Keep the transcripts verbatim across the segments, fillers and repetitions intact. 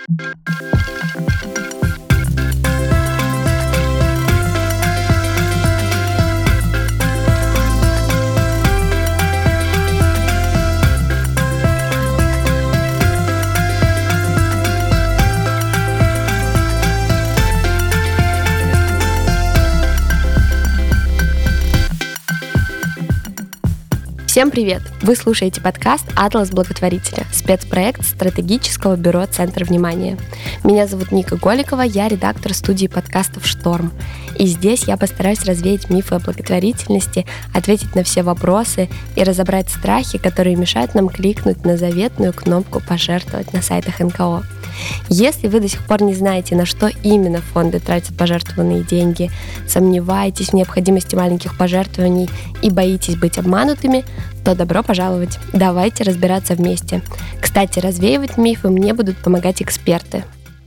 Всем привет! Вы слушаете подкаст «Атлас благотворителя», спецпроект стратегического бюро «Центр внимания». Меня зовут Ника Голикова, я редактор студии подкастов «Шторм». И здесь я постараюсь развеять мифы о благотворительности, ответить на все вопросы и разобрать страхи, которые мешают нам кликнуть на заветную кнопку «Пожертвовать» на сайтах эн ка о. Если вы до сих пор не знаете, на что именно фонды тратят пожертвованные деньги, сомневаетесь в необходимости маленьких пожертвований и боитесь быть обманутыми, то добро пожаловать. Давайте разбираться вместе. Кстати, развеивать мифы мне будут помогать эксперты.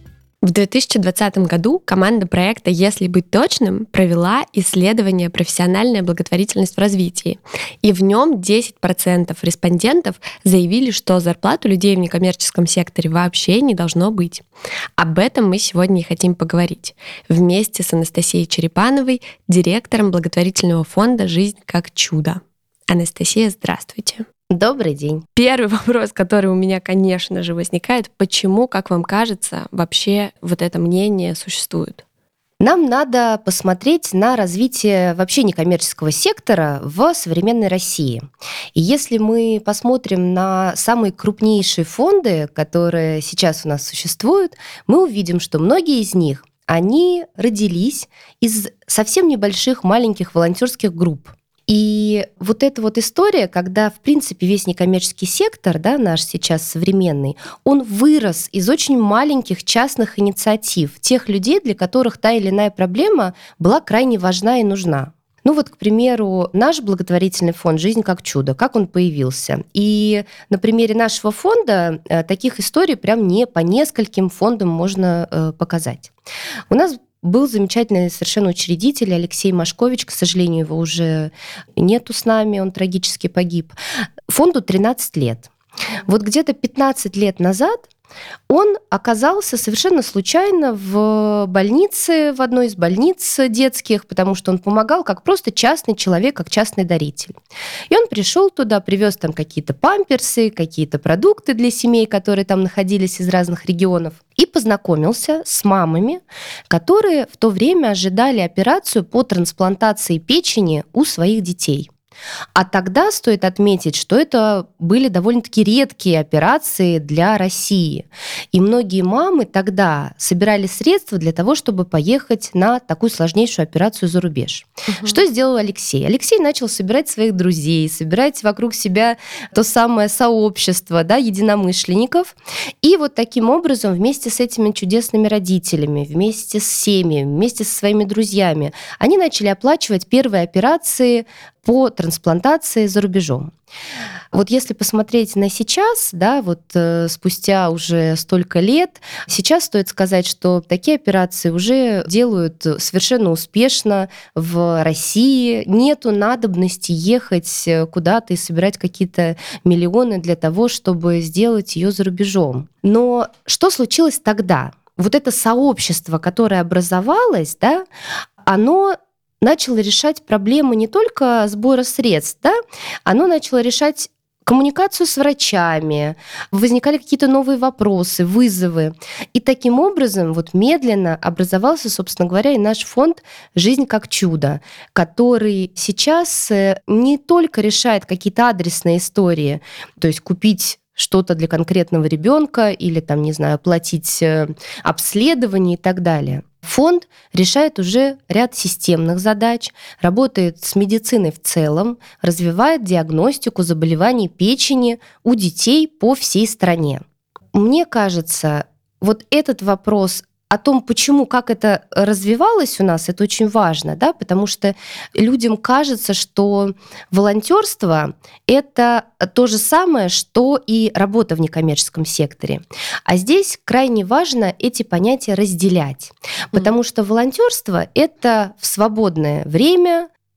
В две тысячи двадцатом году команда проекта «Если быть точным» провела исследование «Профессиональная благотворительность в развитии», и в нем десять процентов респондентов заявили, что зарплат у людей в некоммерческом секторе вообще не должно быть. Об этом мы сегодня и хотим поговорить вместе с Анастасией Черепановой, директором благотворительного фонда «Жизнь как чудо». Анастасия, здравствуйте. Добрый день. Первый вопрос, который у меня, конечно же, возникает: почему, как вам кажется, вообще вот это мнение существует? Нам надо посмотреть на развитие вообще некоммерческого сектора в современной России. И если мы посмотрим на самые крупнейшие фонды, которые сейчас у нас существуют, мы увидим, что многие из них, они родились из совсем небольших маленьких волонтерских групп. И вот эта вот история, когда, в принципе, весь некоммерческий сектор, да, наш сейчас современный, он вырос из очень маленьких частных инициатив, тех людей, для которых та или иная проблема была крайне важна и нужна. Ну вот, к примеру, наш благотворительный фонд «Жизнь как чудо», как он появился. И на примере нашего фонда таких историй прям не по нескольким фондам можно показать. У нас был замечательный совершенно учредитель Алексей Машкович, к сожалению, его уже нету с нами, он трагически погиб. Фонду тринадцать лет. Вот где-то пятнадцать лет назад он оказался совершенно случайно в больнице, в одной из больниц детских, потому что он помогал как просто частный человек, как частный даритель. И он пришел туда, привез там какие-то памперсы, какие-то продукты для семей, которые там находились из разных регионов, и познакомился с мамами, которые в то время ожидали операцию по трансплантации печени у своих детей. А тогда стоит отметить, что это были довольно-таки редкие операции для России. И многие мамы тогда собирали средства для того, чтобы поехать на такую сложнейшую операцию за рубеж. Угу. Что сделал Алексей? Алексей начал собирать своих друзей, собирать вокруг себя то самое сообщество, да, единомышленников. И вот таким образом вместе с этими чудесными родителями, вместе с семьями, вместе со своими друзьями, они начали оплачивать первые операции по трансплантации за рубежом. Вот если посмотреть на сейчас, да, вот э, спустя уже столько лет, сейчас стоит сказать, что такие операции уже делают совершенно успешно в России. Нету надобности ехать куда-то и собирать какие-то миллионы для того, чтобы сделать ее за рубежом. Но что случилось тогда? Вот это сообщество, которое образовалось, да, оно начало решать проблемы не только сбора средств, да, оно начало решать коммуникацию с врачами, возникали какие-то новые вопросы, вызовы. И таким образом вот медленно образовался, собственно говоря, и наш фонд «Жизнь как чудо», который сейчас не только решает какие-то адресные истории, то есть купить что-то для конкретного ребенка или, там, не знаю, платить обследование и так далее. Фонд решает уже ряд системных задач, работает с медициной в целом, развивает диагностику заболеваний печени у детей по всей стране. Мне кажется, вот этот вопрос о том, почему, как это развивалось у нас, это очень важно, да, потому что людям кажется, что волонтерство — это то же самое, что и работа в некоммерческом секторе. А здесь крайне важно эти понятия разделять, потому что волонтерство — это в свободное время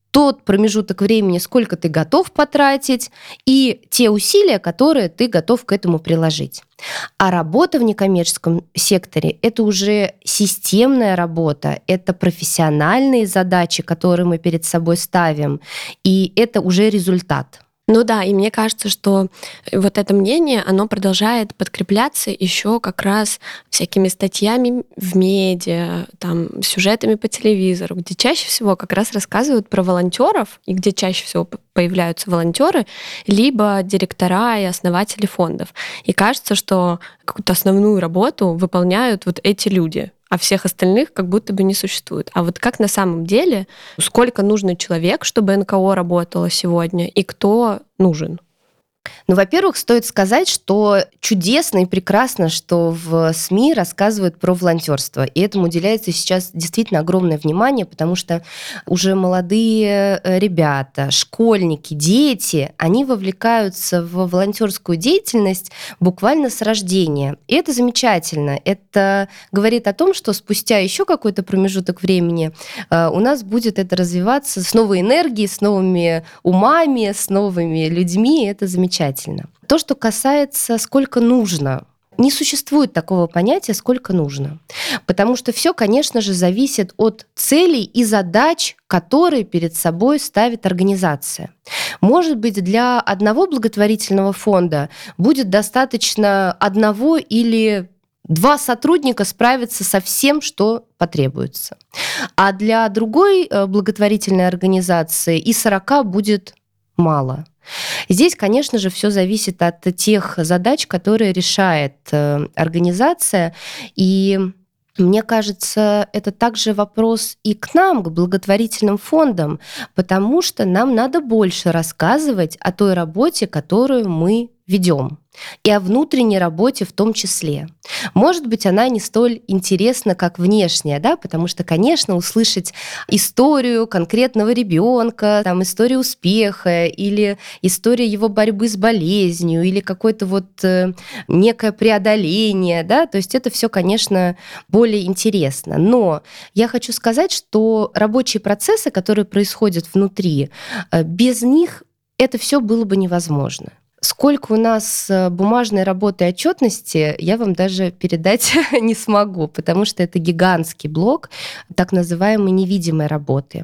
тот промежуток времени, сколько ты готов потратить, и те усилия, которые ты готов к этому приложить. А работа в некоммерческом секторе – это уже системная работа, это профессиональные задачи, которые мы перед собой ставим, и это уже результат. Ну да, и мне кажется, что вот это мнение, оно продолжает подкрепляться еще как раз всякими статьями в медиа, там, сюжетами по телевизору, где чаще всего как раз рассказывают про волонтеров, и где чаще всего появляются волонтеры, либо директора и основатели фондов. И кажется, что какую-то основную работу выполняют вот эти люди, а всех остальных как будто бы не существует. А вот как на самом деле, сколько нужно человек, чтобы эн ка о работало сегодня, и кто нужен? Ну, во-первых, стоит сказать, что чудесно и прекрасно, что в СМИ рассказывают про волонтерство. И этому уделяется сейчас действительно огромное внимание, потому что уже молодые ребята, школьники, дети, они вовлекаются в волонтерскую деятельность буквально с рождения. И это замечательно. Это говорит о том, что спустя еще какой-то промежуток времени у нас будет это развиваться с новой энергией, с новыми умами, с новыми людьми. Это замечательно. Замечательно. То, что касается сколько нужно, не существует такого понятия сколько нужно, потому что все, конечно же, зависит от целей и задач, которые перед собой ставит организация. Может быть, для одного благотворительного фонда будет достаточно одного или два сотрудника справиться со всем, что потребуется, а для другой благотворительной организации и сорока будет мало. Здесь, конечно же, все зависит от тех задач, которые решает организация. И мне кажется, это также вопрос и к нам, к благотворительным фондам, потому что нам надо больше рассказывать о той работе, которую мы ведем, и о внутренней работе в том числе. Может быть, она не столь интересна, как внешняя, да, потому что, конечно, услышать историю конкретного ребенка, там, историю успеха или историю его борьбы с болезнью или какое-то вот э, некое преодоление, да, то есть это все, конечно, более интересно. Но я хочу сказать, что рабочие процессы, которые происходят внутри, э, без них это все было бы невозможно. Сколько у нас бумажной работы и отчетности, я вам даже передать не смогу, потому что это гигантский блок так называемой невидимой работы.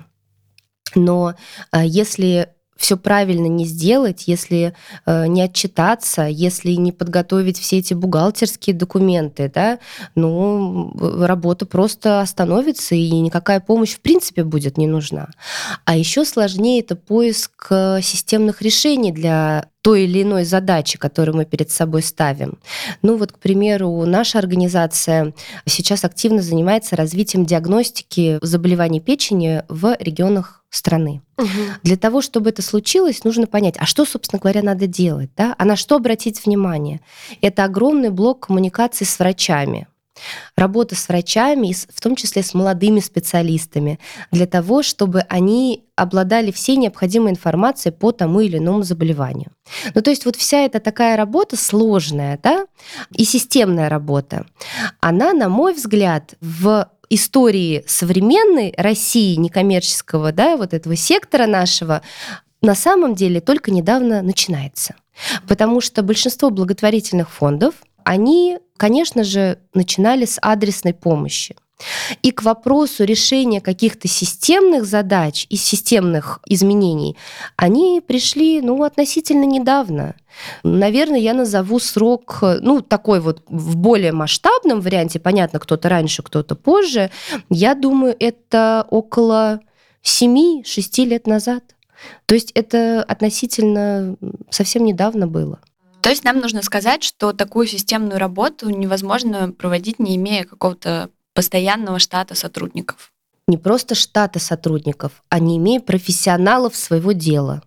Но если все правильно не сделать, если э, не отчитаться, если не подготовить все эти бухгалтерские документы, да, ну, работа просто остановится, и никакая помощь в принципе будет не нужна. А еще сложнее это поиск системных решений для той или иной задачи, которую мы перед собой ставим. Ну вот, к примеру, наша организация сейчас активно занимается развитием диагностики заболеваний печени в регионах страны. Угу. Для того, чтобы это случилось, нужно понять, а что, собственно говоря, надо делать, да? А на что обратить внимание? Это огромный блок коммуникации с врачами. Работа с врачами, в том числе с молодыми специалистами, для того, чтобы они обладали всей необходимой информацией по тому или иному заболеванию. Ну, то есть вот вся эта такая работа сложная, да, и системная работа, она, на мой взгляд, в истории современной России, некоммерческого, да, вот этого сектора нашего, на самом деле только недавно начинается. Потому что большинство благотворительных фондов, они, конечно же, начинали с адресной помощи. И к вопросу решения каких-то системных задач и системных изменений они пришли, ну, относительно недавно. Наверное, я назову срок, ну, такой вот в более масштабном варианте, понятно, кто-то раньше, кто-то позже, я думаю, это около семь-шесть лет назад. То есть это относительно совсем недавно было. То есть нам нужно сказать, что такую системную работу невозможно проводить, не имея какого-то постоянного штата сотрудников. Не просто штата сотрудников, а не имея профессионалов своего дела.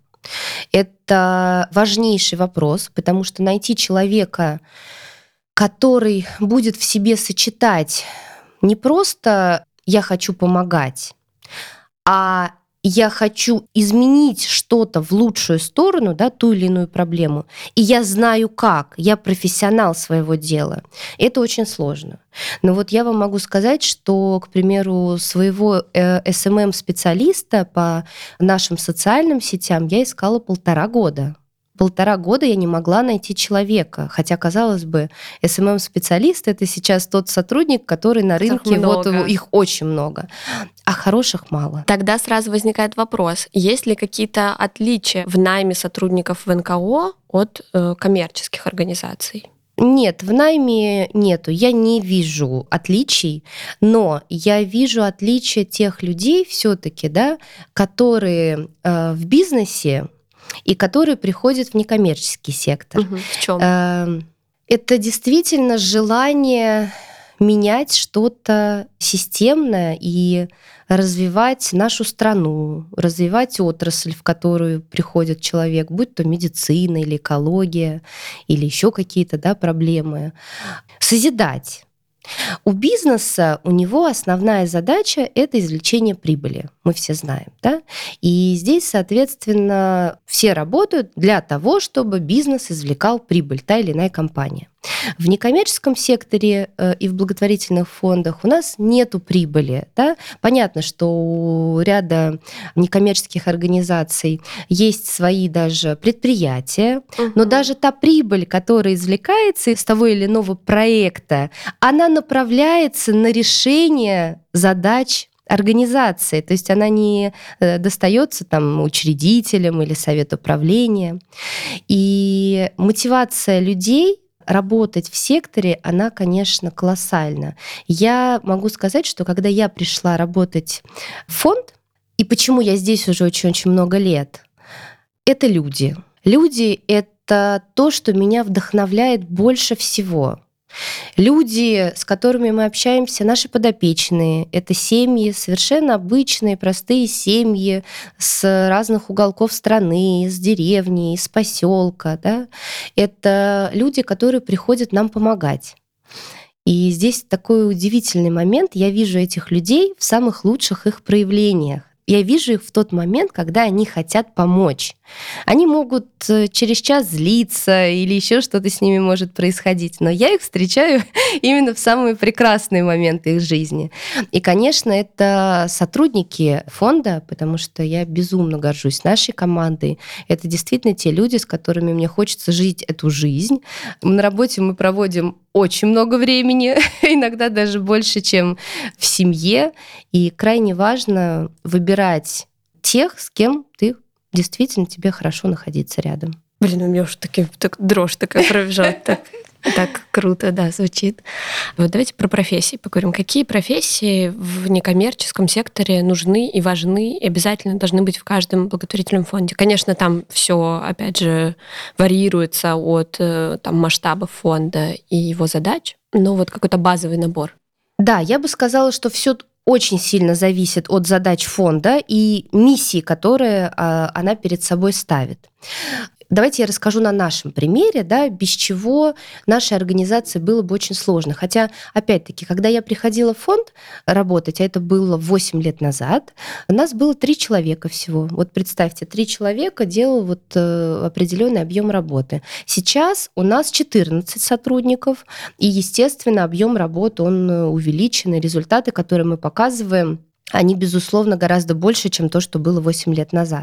Это важнейший вопрос, потому что найти человека, который будет в себе сочетать не просто «я хочу помогать», а я хочу изменить что-то в лучшую сторону, да, ту или иную проблему, и я знаю как, я профессионал своего дела, это очень сложно. Но вот я вам могу сказать, что, к примеру, своего эс эм эм-специалиста по нашим социальным сетям я искала полтора года. Полтора года я не могла найти человека, хотя, казалось бы, эс эм эм-специалист — это сейчас тот сотрудник, который на рынке, вот их очень много, а хороших мало. Тогда сразу возникает вопрос, есть ли какие-то отличия в найме сотрудников в эн ка о от э, коммерческих организаций? Нет, в найме нету, я не вижу отличий, но я вижу отличия тех людей все-таки, да, которые э, в бизнесе и которые приходят в некоммерческий сектор. Угу. В чем? Это действительно желание менять что-то системное и развивать нашу страну, развивать отрасль, в которую приходит человек, будь то медицина или экология, или еще какие-то, да, проблемы. Созидать. У бизнеса, у него основная задача — это извлечение прибыли, мы все знаем, да? И здесь, соответственно, все работают для того, чтобы бизнес извлекал прибыль, та или иная компания. В некоммерческом секторе э, и в благотворительных фондах у нас нету прибыли, да? Понятно, что у ряда некоммерческих организаций есть свои даже предприятия, угу. но даже та прибыль, которая извлекается из того или иного проекта, она направляется на решение задач организации, то есть она не достается там учредителям или совету правления. И мотивация людей работать в секторе, она, конечно, колоссальна. Я могу сказать, что когда я пришла работать в фонд, и почему я здесь уже очень-очень много лет, это люди. Люди — это то, что меня вдохновляет больше всего. Люди, с которыми мы общаемся, наши подопечные, это семьи, совершенно обычные, простые семьи с разных уголков страны, из деревни, из поселка. Да? Это люди, которые приходят нам помогать. И здесь такой удивительный момент. Я вижу этих людей в самых лучших их проявлениях. Я вижу их в тот момент, когда они хотят помочь. Они могут через час злиться или еще что-то с ними может происходить, но я их встречаю именно в самые прекрасные моменты их жизни. И, конечно, это сотрудники фонда, потому что я безумно горжусь нашей командой. Это действительно те люди, с которыми мне хочется жить эту жизнь. На работе мы проводим очень много времени, иногда даже больше, чем в семье. И крайне важно выбирать тех, с кем ты действительно тебе хорошо находиться рядом. Блин, у меня уже таки, так дрожь такая пробежала. Так, так круто, да, звучит. Вот давайте про профессии поговорим. Какие профессии в некоммерческом секторе нужны и важны, и обязательно должны быть в каждом благотворительном фонде? Конечно, там все, опять же, варьируется от там, масштабов фонда и его задач, но вот какой-то базовый набор. Да, я бы сказала, что все очень сильно зависит от задач фонда и миссии, которые а, она перед собой ставит. Давайте я расскажу на нашем примере, да, без чего нашей организации было бы очень сложно. Хотя, опять-таки, когда я приходила в фонд работать, а это было восемь лет назад, у нас было три человека всего. Вот представьте, три человека делал вот э, определенный объем работы. Сейчас у нас четырнадцать сотрудников, и, естественно, объем работы, он увеличен, и результаты, которые мы показываем, они, безусловно, гораздо больше, чем то, что было восемь лет назад.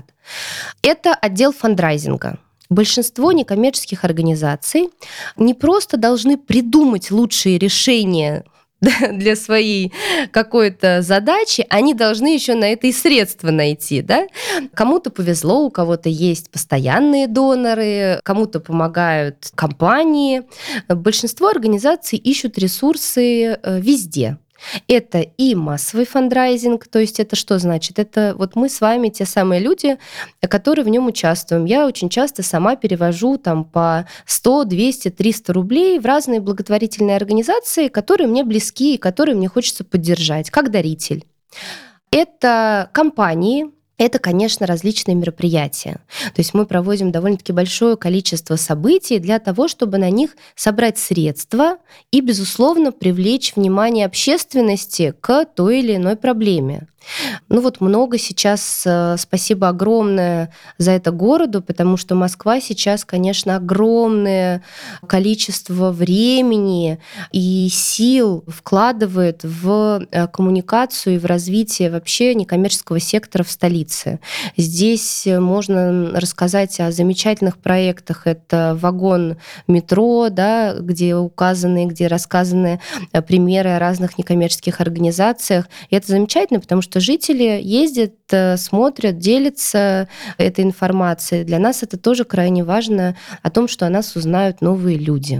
Это отдел фандрайзинга. Большинство некоммерческих организаций не просто должны придумать лучшие решения для своей какой-то задачи, они должны еще на это и средства найти. Да? Кому-то повезло, у кого-то есть постоянные доноры, кому-то помогают компании. Большинство организаций ищут ресурсы везде. Это и массовый фандрайзинг, то есть это что значит? Это вот мы с вами те самые люди, которые в нем участвуем. Я очень часто сама перевожу там по сто, двести, триста рублей в разные благотворительные организации, которые мне близки и которые мне хочется поддержать, как даритель. Это компании, это, конечно, различные мероприятия. То есть мы проводим довольно-таки большое количество событий для того, чтобы на них собрать средства и, безусловно, привлечь внимание общественности к той или иной проблеме. Ну вот много сейчас, спасибо огромное за это городу, потому что Москва сейчас, конечно, огромное количество времени и сил вкладывает в коммуникацию и в развитие вообще некоммерческого сектора в столице. Здесь можно рассказать о замечательных проектах. Это вагон метро, да, где указаны, где рассказаны примеры о разных некоммерческих организациях. И это замечательно, потому что жители ездят, смотрят, делятся этой информацией. Для нас это тоже крайне важно, о том, что о нас узнают новые люди.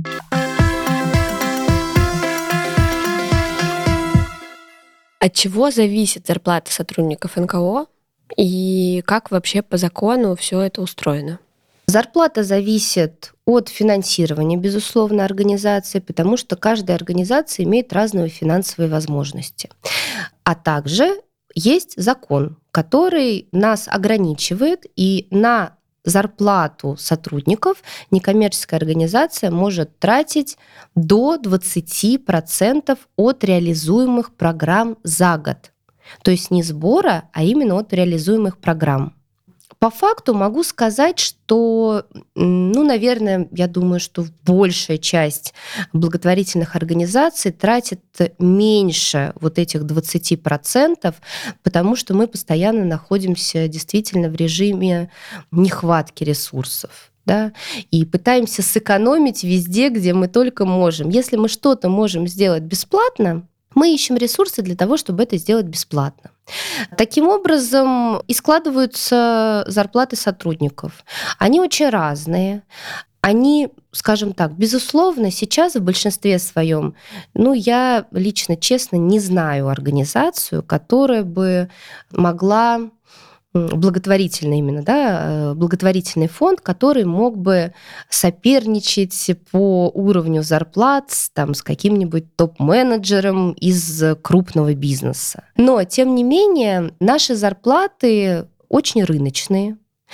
От чего зависит зарплата сотрудников эн ка о и как вообще по закону все это устроено? Зарплата зависит от финансирования, безусловно, организации, потому что каждая организация имеет разные финансовые возможности. А также есть закон, который нас ограничивает, и на зарплату сотрудников некоммерческая организация может тратить до двадцать процентов от реализуемых программ за год. То есть не сбора, а именно от реализуемых программ. По факту могу сказать, что, ну, наверное, я думаю, что большая часть благотворительных организаций тратит меньше вот этих двадцати процентов, потому что мы постоянно находимся действительно в режиме нехватки ресурсов. Да, и пытаемся сэкономить везде, где мы только можем. Если мы что-то можем сделать бесплатно, мы ищем ресурсы для того, чтобы это сделать бесплатно. Таким образом и складываются зарплаты сотрудников. Они очень разные. Они, скажем так, безусловно, сейчас в большинстве своем, ну, я лично, честно, не знаю организацию, которая бы могла благотворительный именно, да, благотворительный фонд, который мог бы соперничать по уровню зарплат там, с каким-нибудь топ-менеджером из крупного бизнеса. Но, тем не менее, наши зарплаты очень рыночные.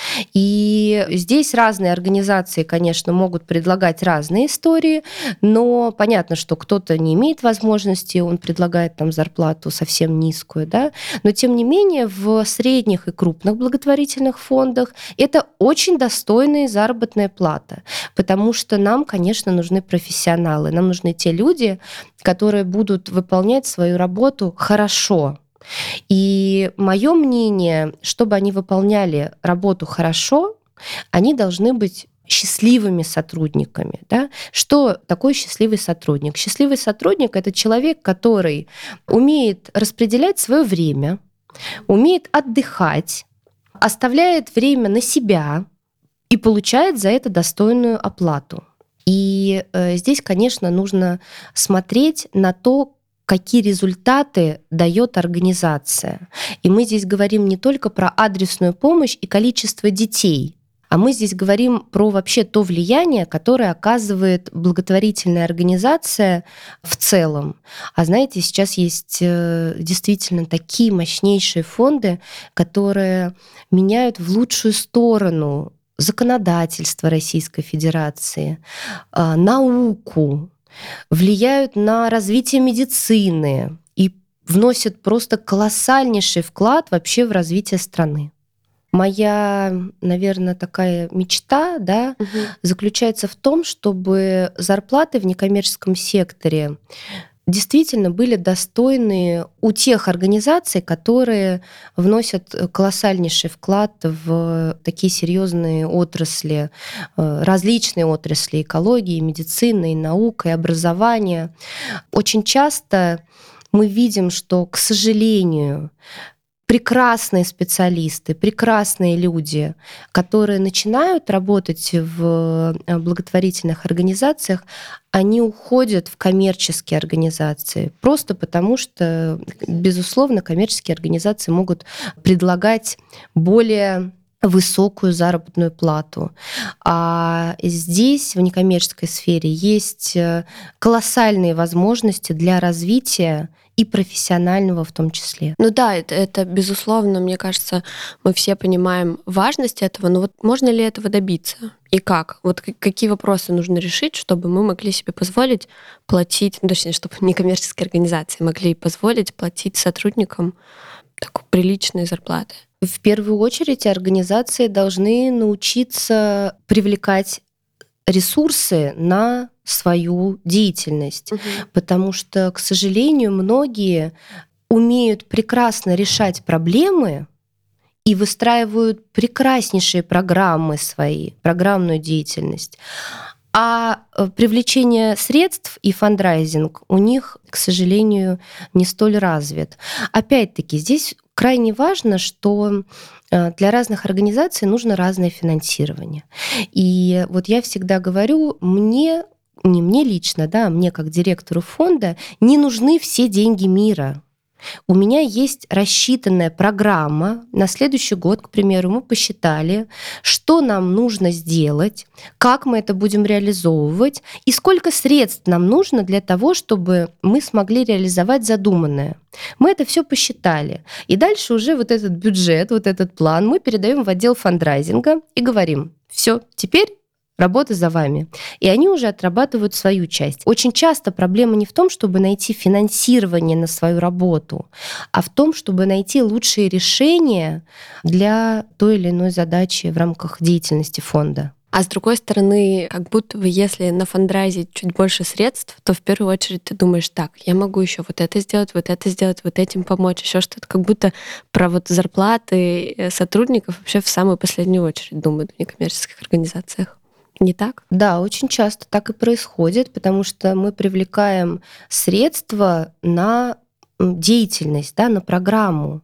И здесь разные организации, конечно, могут предлагать разные истории, но понятно, что кто-то не имеет возможности, он предлагает там зарплату совсем низкую, да, но тем не менее в средних и крупных благотворительных фондах это очень достойная заработная плата, потому что нам, конечно, нужны профессионалы, нам нужны те люди, которые будут выполнять свою работу хорошо. И мое мнение, чтобы они выполняли работу хорошо, они должны быть счастливыми сотрудниками. Да? Что такое счастливый сотрудник? Счастливый сотрудник — это человек, который умеет распределять свое время, умеет отдыхать, оставляет время на себя и получает за это достойную оплату. И э, здесь, конечно, нужно смотреть на то, какие результаты дает организация. И мы здесь говорим не только про адресную помощь и количество детей, а мы здесь говорим про вообще то влияние, которое оказывает благотворительная организация в целом. А знаете, сейчас есть действительно такие мощнейшие фонды, которые меняют в лучшую сторону законодательство Российской Федерации, науку, влияют на развитие медицины и вносят просто колоссальнейший вклад вообще в развитие страны. Моя, наверное, такая мечта, да, угу. заключается в том, чтобы зарплаты в некоммерческом секторе действительно были достойны у тех организаций, которые вносят колоссальнейший вклад в такие серьезные отрасли, различные отрасли экологии, медицины, и наука, и образования. Очень часто мы видим, что, к сожалению, прекрасные специалисты, прекрасные люди, которые начинают работать в благотворительных организациях, они уходят в коммерческие организации, просто потому что, безусловно, коммерческие организации могут предлагать более высокую заработную плату. А здесь, в некоммерческой сфере, есть колоссальные возможности для развития и профессионального в том числе. Ну да, это, это безусловно, мне кажется, мы все понимаем важность этого, но вот можно ли этого добиться? И как? Вот какие вопросы нужно решить, чтобы мы могли себе позволить платить, ну, точнее, чтобы некоммерческие организации могли позволить платить сотрудникам такой приличные зарплаты? В первую очередь организации должны научиться привлекать ресурсы на свою деятельность, угу. потому что, к сожалению, многие умеют прекрасно решать проблемы и выстраивают прекраснейшие программы свои, программную деятельность. А привлечение средств и фандрайзинг у них, к сожалению, не столь развит. Опять-таки, здесь крайне важно, что для разных организаций нужно разное финансирование. И вот я всегда говорю, мне, не мне лично, да, мне как директору фонда не нужны все деньги мира. У меня есть рассчитанная программа. На следующий год, к примеру, мы посчитали, что нам нужно сделать, как мы это будем реализовывать и сколько средств нам нужно для того, чтобы мы смогли реализовать задуманное. Мы это все посчитали. И дальше уже вот этот бюджет, вот этот план мы передаем в отдел фандрайзинга и говорим: все, теперь работа за вами. И они уже отрабатывают свою часть. Очень часто проблема не в том, чтобы найти финансирование на свою работу, а в том, чтобы найти лучшие решения для той или иной задачи в рамках деятельности фонда. А с другой стороны, как будто бы если на фандрайзе чуть больше средств, то в первую очередь ты думаешь: так, я могу еще вот это сделать, вот это сделать, вот этим помочь, еще что-то. Как будто про вот зарплаты сотрудников вообще в самую последнюю очередь думают в некоммерческих организациях. Не так? Да, очень часто так и происходит, потому что мы привлекаем средства на деятельность, да, на программу.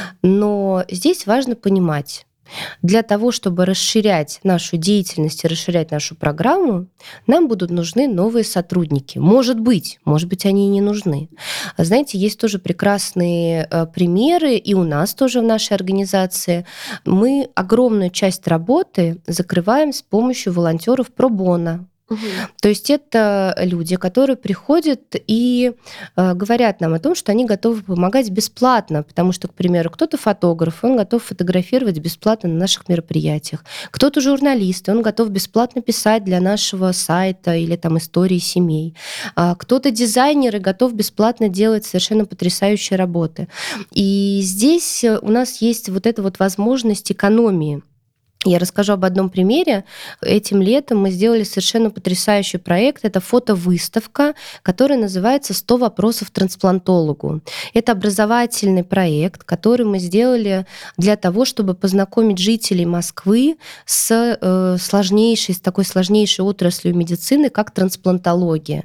Но здесь важно понимать, для того, чтобы расширять нашу деятельность и расширять нашу программу, нам будут нужны новые сотрудники. Может быть, может быть, они и не нужны. Знаете, есть тоже прекрасные примеры, и у нас тоже в нашей организации. Мы огромную часть работы закрываем с помощью волонтеров про-боно. Угу. То есть это люди, которые приходят и э, говорят нам о том, что они готовы помогать бесплатно, потому что, к примеру, кто-то фотограф, он готов фотографировать бесплатно на наших мероприятиях, кто-то журналист, он готов бесплатно писать для нашего сайта или там истории семей, а кто-то дизайнер и готов бесплатно делать совершенно потрясающие работы. И здесь у нас есть вот эта вот возможность экономии. Я расскажу об одном примере. Этим летом мы сделали совершенно потрясающий проект. Это фотовыставка, которая называется «сто вопросов трансплантологу». Это образовательный проект, который мы сделали для того, чтобы познакомить жителей Москвы с э, сложнейшей, с такой сложнейшей отраслью медицины, как трансплантология.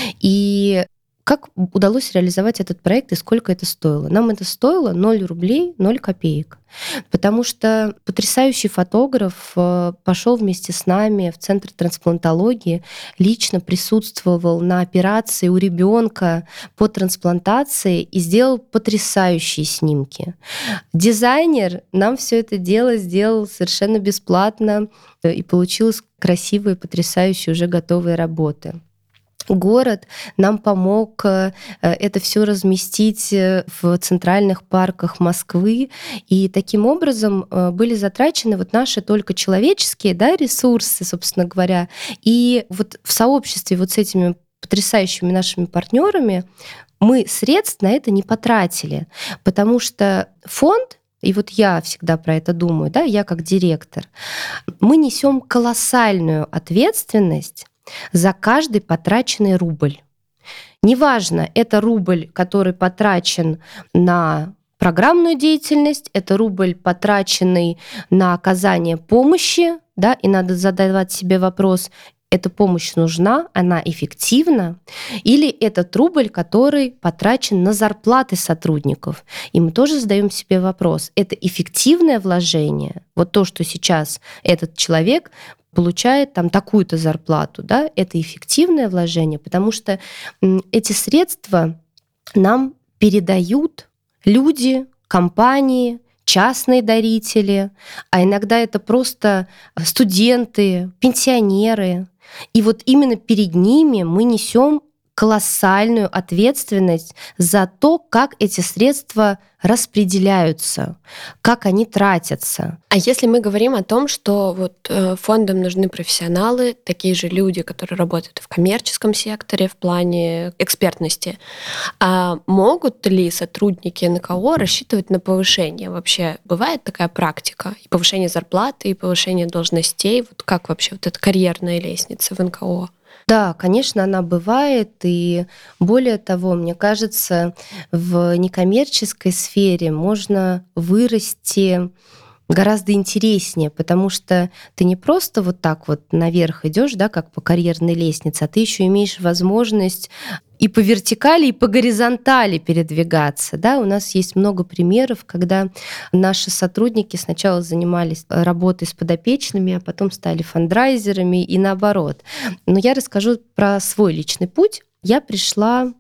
И как удалось реализовать этот проект и сколько это стоило? Нам это стоило ноль рублей, ноль копеек. Потому что потрясающий фотограф пошел вместе с нами в Центр трансплантологии, лично присутствовал на операции у ребенка по трансплантации и сделал потрясающие снимки. Дизайнер нам все это дело сделал совершенно бесплатно, и получилось красивые, потрясающие уже готовые работы. Город нам помог это все разместить в центральных парках Москвы, и таким образом были затрачены вот наши только человеческие, да, ресурсы, собственно говоря, и вот в сообществе вот с этими потрясающими нашими партнерами мы средств на это не потратили, потому что фонд, и вот я всегда про это думаю, да, я как директор, мы несем колоссальную ответственность за каждый потраченный рубль. Неважно, это рубль, который потрачен на программную деятельность, это рубль, потраченный на оказание помощи, да, и надо задавать себе вопрос, эта помощь нужна, она эффективна, или этот рубль, который потрачен на зарплаты сотрудников. И мы тоже задаем себе вопрос, это эффективное вложение, вот то, что сейчас этот человек получает там такую-то зарплату, да, это эффективное вложение, потому что эти средства нам передают люди, компании, частные дарители, а иногда это просто студенты, пенсионеры. И вот именно перед ними мы несем колоссальную ответственность за то, как эти средства распределяются, как они тратятся. А если мы говорим о том, что вот э, фондам нужны профессионалы, такие же люди, которые работают в коммерческом секторе в плане экспертности, а могут ли сотрудники эн ка о рассчитывать на повышение? Вообще бывает такая практика? И повышение зарплаты, и повышение должностей? Вот как вообще вот эта карьерная лестница в эн ка о? Да, конечно, она бывает, и более того, мне кажется, в некоммерческой сфере можно вырасти гораздо интереснее, потому что ты не просто вот так вот наверх идешь, да, как по карьерной лестнице, а ты еще имеешь возможность и по вертикали, и по горизонтали передвигаться. Да? У нас есть много примеров, когда наши сотрудники сначала занимались работой с подопечными, а потом стали фандрайзерами и наоборот. Но я расскажу про свой личный путь. Я пришла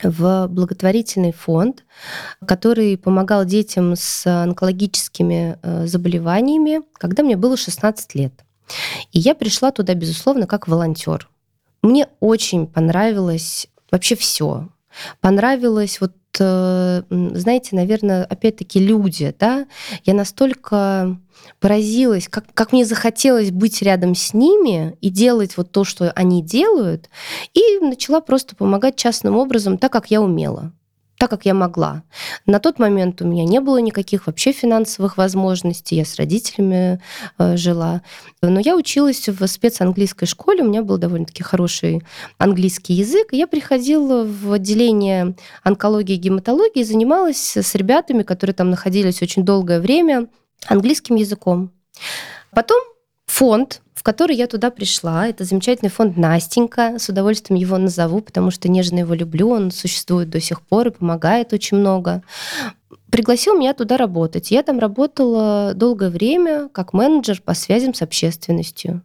в благотворительный фонд, который помогал детям с онкологическими заболеваниями, когда мне было шестнадцать лет. И я пришла туда, безусловно, как волонтер. Мне очень понравилось вообще все. Понравилось вот, знаете, наверное, опять-таки люди, да. Я настолько поразилась, как, как мне захотелось быть рядом с ними и делать вот то, что они делают, и начала просто помогать частным образом, так, как я умела, так, как я могла. На тот момент у меня не было никаких вообще финансовых возможностей, я с родителями э, жила. Но я училась в спецанглийской школе, у меня был довольно-таки хороший английский язык, и я приходила в отделение онкологии и гематологии, занималась с ребятами, которые там находились очень долгое время, английским языком. Потом фонд, в который я туда пришла, это замечательный фонд «Настенька», с удовольствием его назову, потому что нежно его люблю, он существует до сих пор и помогает очень много, пригласил меня туда работать. Я там работала долгое время как менеджер по связям с общественностью.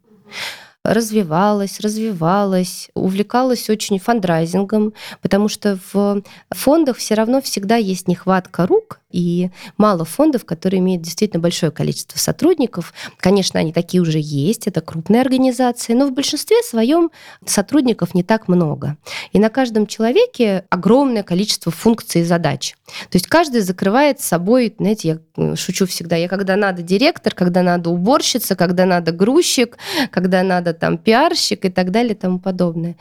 Развивалась, развивалась, увлекалась очень фандрайзингом, потому что в фондах все равно всегда есть нехватка рук, и мало фондов, которые имеют действительно большое количество сотрудников. Конечно, они такие уже есть, это крупные организации, но в большинстве своем сотрудников не так много. И на каждом человеке огромное количество функций и задач. То есть каждый закрывает с собой, знаете, я шучу всегда, я когда надо директор, когда надо уборщица, когда надо грузчик, когда надо там пиарщик и так далее и тому подобное.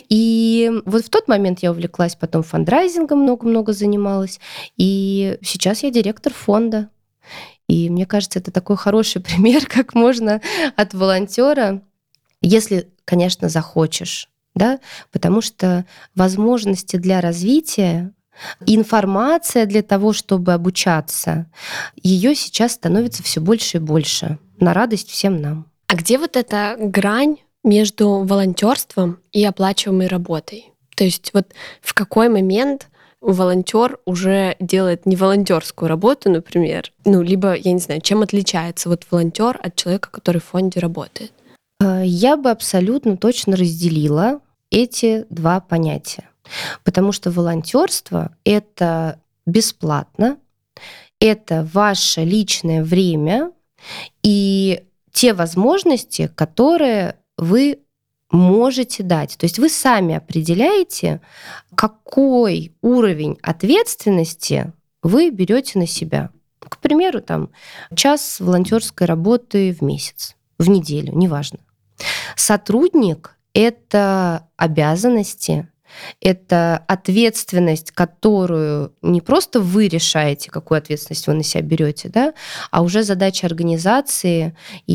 И вот в тот момент я увлеклась потом фандрайзингом, много-много занималась, и сейчас Сейчас я директор фонда. И мне кажется, это такой хороший пример, как можно от волонтера, если, конечно, захочешь, да, потому что возможности для развития, информация для того, чтобы обучаться, ее сейчас становится все больше и больше, на радость всем нам. А где вот эта грань между волонтерством и оплачиваемой работой? То есть вот в какой момент волонтер уже делает не волонтерскую работу, например, ну, либо, я не знаю, чем отличается вот волонтер от человека, который в фонде работает? Я бы абсолютно точно разделила эти два понятия, потому что волонтерство — это бесплатно, это ваше личное время и те возможности, которые вы можете дать. То есть вы сами определяете, какой уровень ответственности вы берете на себя. К примеру, там, час волонтерской работы в месяц, в неделю, неважно. Сотрудник — это обязанности, это ответственность, которую не просто вы решаете, какую ответственность вы на себя берете, да, а уже задача организации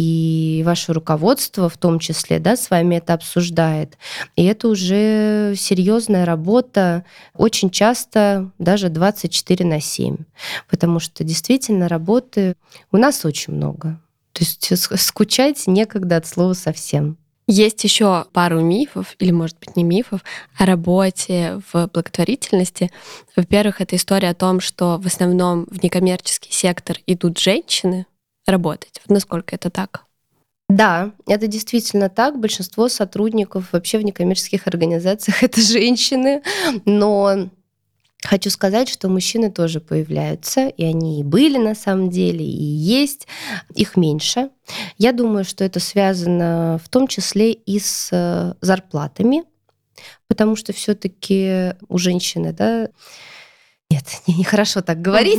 и ваше руководство в том числе, да, с вами это обсуждает. И это уже серьезная работа, очень часто даже двадцать четыре на семь, потому что действительно работы у нас очень много. То есть скучать некогда от слова совсем. Есть еще пару мифов, или, может быть, не мифов, о работе в благотворительности. Во-первых, это история о том, что в основном в некоммерческий сектор идут женщины работать. Вот насколько это так? Да, это действительно так. Большинство сотрудников вообще в некоммерческих организациях — это женщины, но Хочу сказать, что мужчины тоже появляются, и они и были на самом деле, и есть, их меньше. Я думаю, что это связано в том числе и с зарплатами, потому что все-таки у женщины, да, нет, нехорошо так говорить,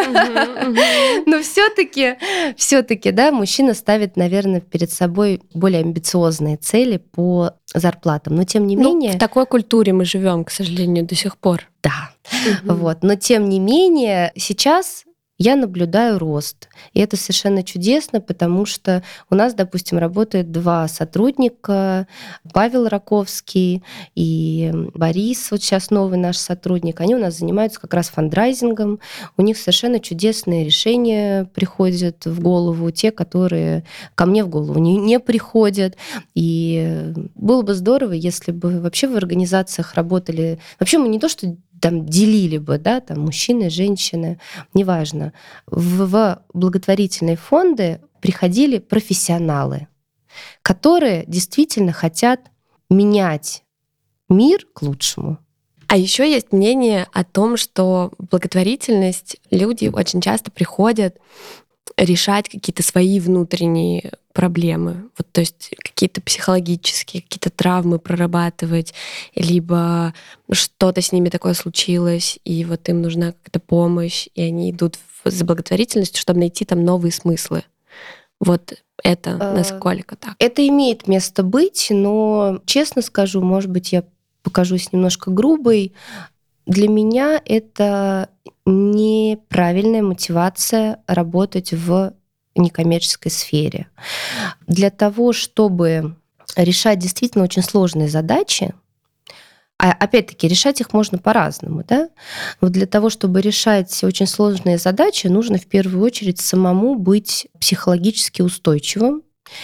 но все-таки, все-таки, да, мужчина ставит, наверное, перед собой более амбициозные цели по зарплатам, но тем не менее... Ну, в такой культуре мы живем, к сожалению, до сих пор. Да, вот, но тем не менее сейчас я наблюдаю рост. И это совершенно чудесно, потому что у нас, допустим, работают два сотрудника, Павел Раковский и Борис, вот сейчас новый наш сотрудник. Они у нас занимаются как раз фандрайзингом. У них совершенно чудесные решения приходят в голову, те, которые ко мне в голову не, не приходят. И было бы здорово, если бы вообще в организациях работали... Вообще мы не то, что там делили бы, да, там мужчины, женщины, неважно. В, в благотворительные фонды приходили профессионалы, которые действительно хотят менять мир к лучшему. А еще есть мнение о том, что в благотворительность люди очень часто приходят решать какие-то свои внутренние проблемы, вот, то есть какие-то психологические, какие-то травмы прорабатывать, либо что-то с ними такое случилось, и вот им нужна какая-то помощь, и они идут за благотворительностью, чтобы найти там новые смыслы. Вот это насколько так? Это имеет место быть, но, честно скажу, может быть, я покажусь немножко грубой, для меня это неправильная мотивация работать в некоммерческой сфере. Для того, чтобы решать действительно очень сложные задачи, а опять-таки решать их можно по-разному, да? Вот для того, чтобы решать очень сложные задачи, нужно в первую очередь самому быть психологически устойчивым.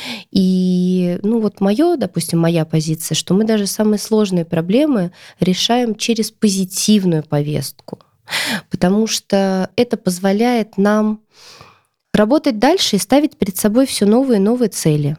И, ну вот моё, допустим, моя позиция, что мы даже самые сложные проблемы решаем через позитивную повестку, потому что это позволяет нам работать дальше и ставить перед собой все новые и новые цели.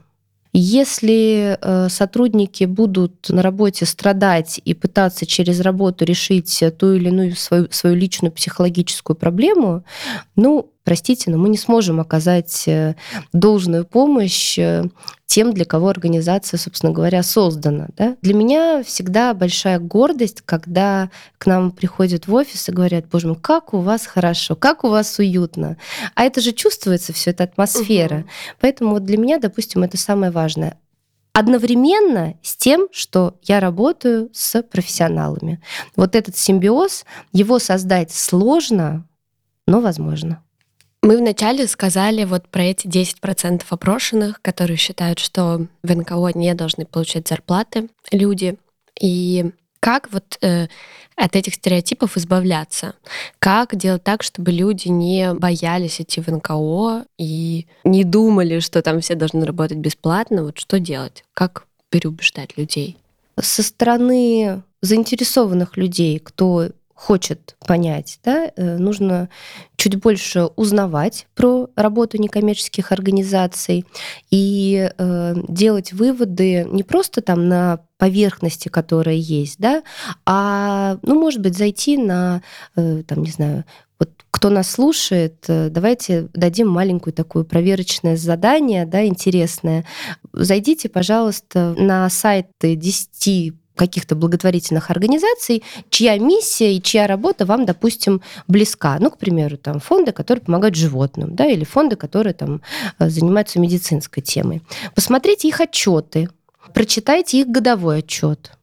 Если э, сотрудники будут на работе страдать и пытаться через работу решить ту или иную свою, свою личную психологическую проблему, ну, простите, но мы не сможем оказать должную помощь тем, для кого организация, собственно говоря, создана. Да? Для меня всегда большая гордость, когда к нам приходят в офис и говорят: «Боже мой, как у вас хорошо, как у вас уютно». А это же чувствуется, все это атмосфера. Угу. Поэтому вот для меня, допустим, это самое важное. Одновременно с тем, что я работаю с профессионалами. Вот этот симбиоз, его создать сложно, но возможно. Мы вначале сказали вот про эти десять процентов опрошенных, которые считают, что в эн ка о не должны получать зарплаты люди. И как вот э, от этих стереотипов избавляться? Как делать так, чтобы люди не боялись идти в эн ка о и не думали, что там все должны работать бесплатно? Вот что делать? Как переубеждать людей? Со стороны заинтересованных людей, кто хочет понять, да, нужно чуть больше узнавать про работу некоммерческих организаций и э, делать выводы не просто там на поверхности, которая есть, да, а, ну, может быть, зайти на, э, там, не знаю, вот кто нас слушает, давайте дадим маленькую такое проверочное задание, да, интересное. Зайдите, пожалуйста, на сайты десяти каких-то благотворительных организаций, чья миссия и чья работа вам, допустим, близка. Ну, к примеру, там фонды, которые помогают животным, да, или фонды, которые там занимаются медицинской темой. Посмотрите их отчеты, прочитайте их годовой отчет.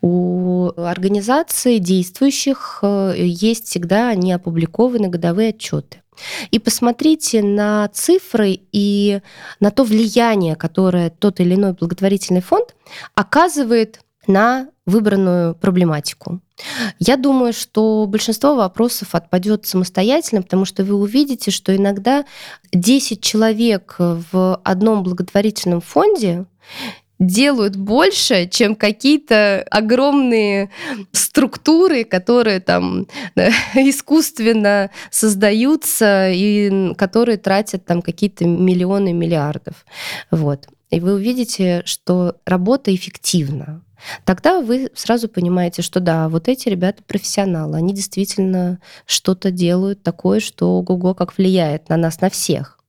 У организаций действующих есть всегда они опубликованы годовые отчеты. И посмотрите на цифры и на то влияние, которое тот или иной благотворительный фонд оказывает на выбранную проблематику. Я думаю, что большинство вопросов отпадет самостоятельно, потому что вы увидите, что иногда десять человек в одном благотворительном фонде делают больше, чем какие-то огромные структуры, которые там искусственно создаются и которые тратят там какие-то миллионы, миллиардов. Вот. и вы увидите, что работа эффективна. Тогда вы сразу понимаете, что да, вот эти ребята профессионалы, они действительно что-то делают такое, что ого-го как влияет на нас, на всех.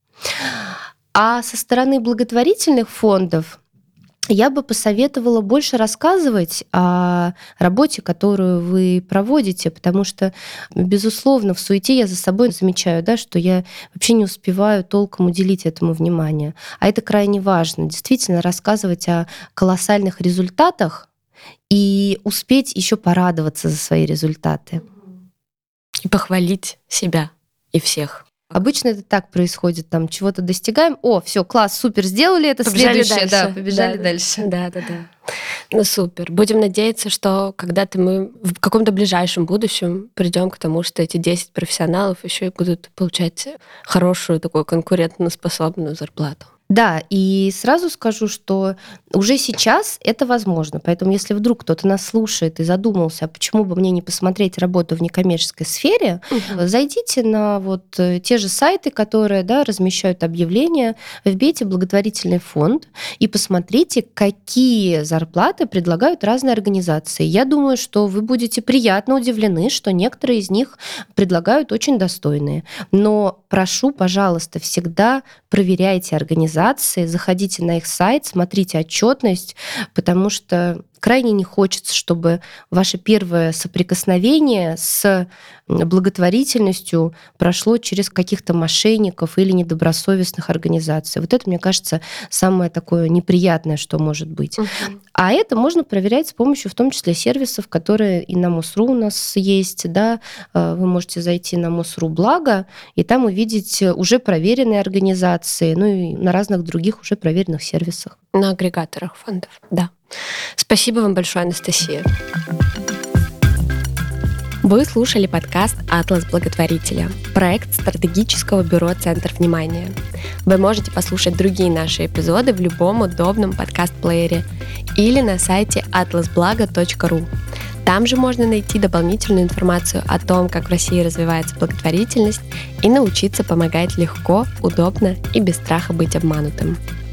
А со стороны благотворительных фондов я бы посоветовала больше рассказывать о работе, которую вы проводите, потому что, безусловно, в суете я за собой замечаю, да, что я вообще не успеваю толком уделить этому внимание. А это крайне важно. Действительно, рассказывать о колоссальных результатах и успеть еще порадоваться за свои результаты. И похвалить себя и всех. Обычно это так происходит, там чего-то достигаем, о, все, класс, супер, сделали это, побежали следующее, дальше. да, побежали да, дальше. Да, да, да. Ну супер. Будем надеяться, что когда-то мы в каком-то ближайшем будущем придем к тому, что эти десять профессионалов еще и будут получать хорошую такую конкурентоспособную зарплату. Да, и сразу скажу, что уже сейчас это возможно. Поэтому если вдруг кто-то нас слушает и задумался, а почему бы мне не посмотреть работу в некоммерческой сфере, угу. зайдите на вот те же сайты, которые, да, размещают объявления, вбейте благотворительный фонд и посмотрите, какие зарплаты предлагают разные организации. Я думаю, что вы будете приятно удивлены, что некоторые из них предлагают очень достойные. Но прошу, пожалуйста, всегда проверяйте организации, заходите на их сайт, смотрите отчетность, потому что крайне не хочется, чтобы ваше первое соприкосновение с благотворительностью прошло через каких-то мошенников или недобросовестных организаций. Вот это, мне кажется, самое такое неприятное, что может быть. Uh-huh. А это можно проверять с помощью, в том числе, сервисов, которые и на МОСРУ у нас есть. Да? Вы можете зайти на МОСРУ Благо и там увидеть уже проверенные организации, ну и на разных других уже проверенных сервисах. На агрегаторах фондов, да. Спасибо вам большое, Анастасия. Вы слушали подкаст «Атлас благотворителя», проект стратегического бюро «Центр внимания». Вы можете послушать другие наши эпизоды в любом удобном подкаст-плеере или на сайте атлас благо точка ру. Там же можно найти дополнительную информацию о том, как в России развивается благотворительность, и научиться помогать легко, удобно и без страха быть обманутым.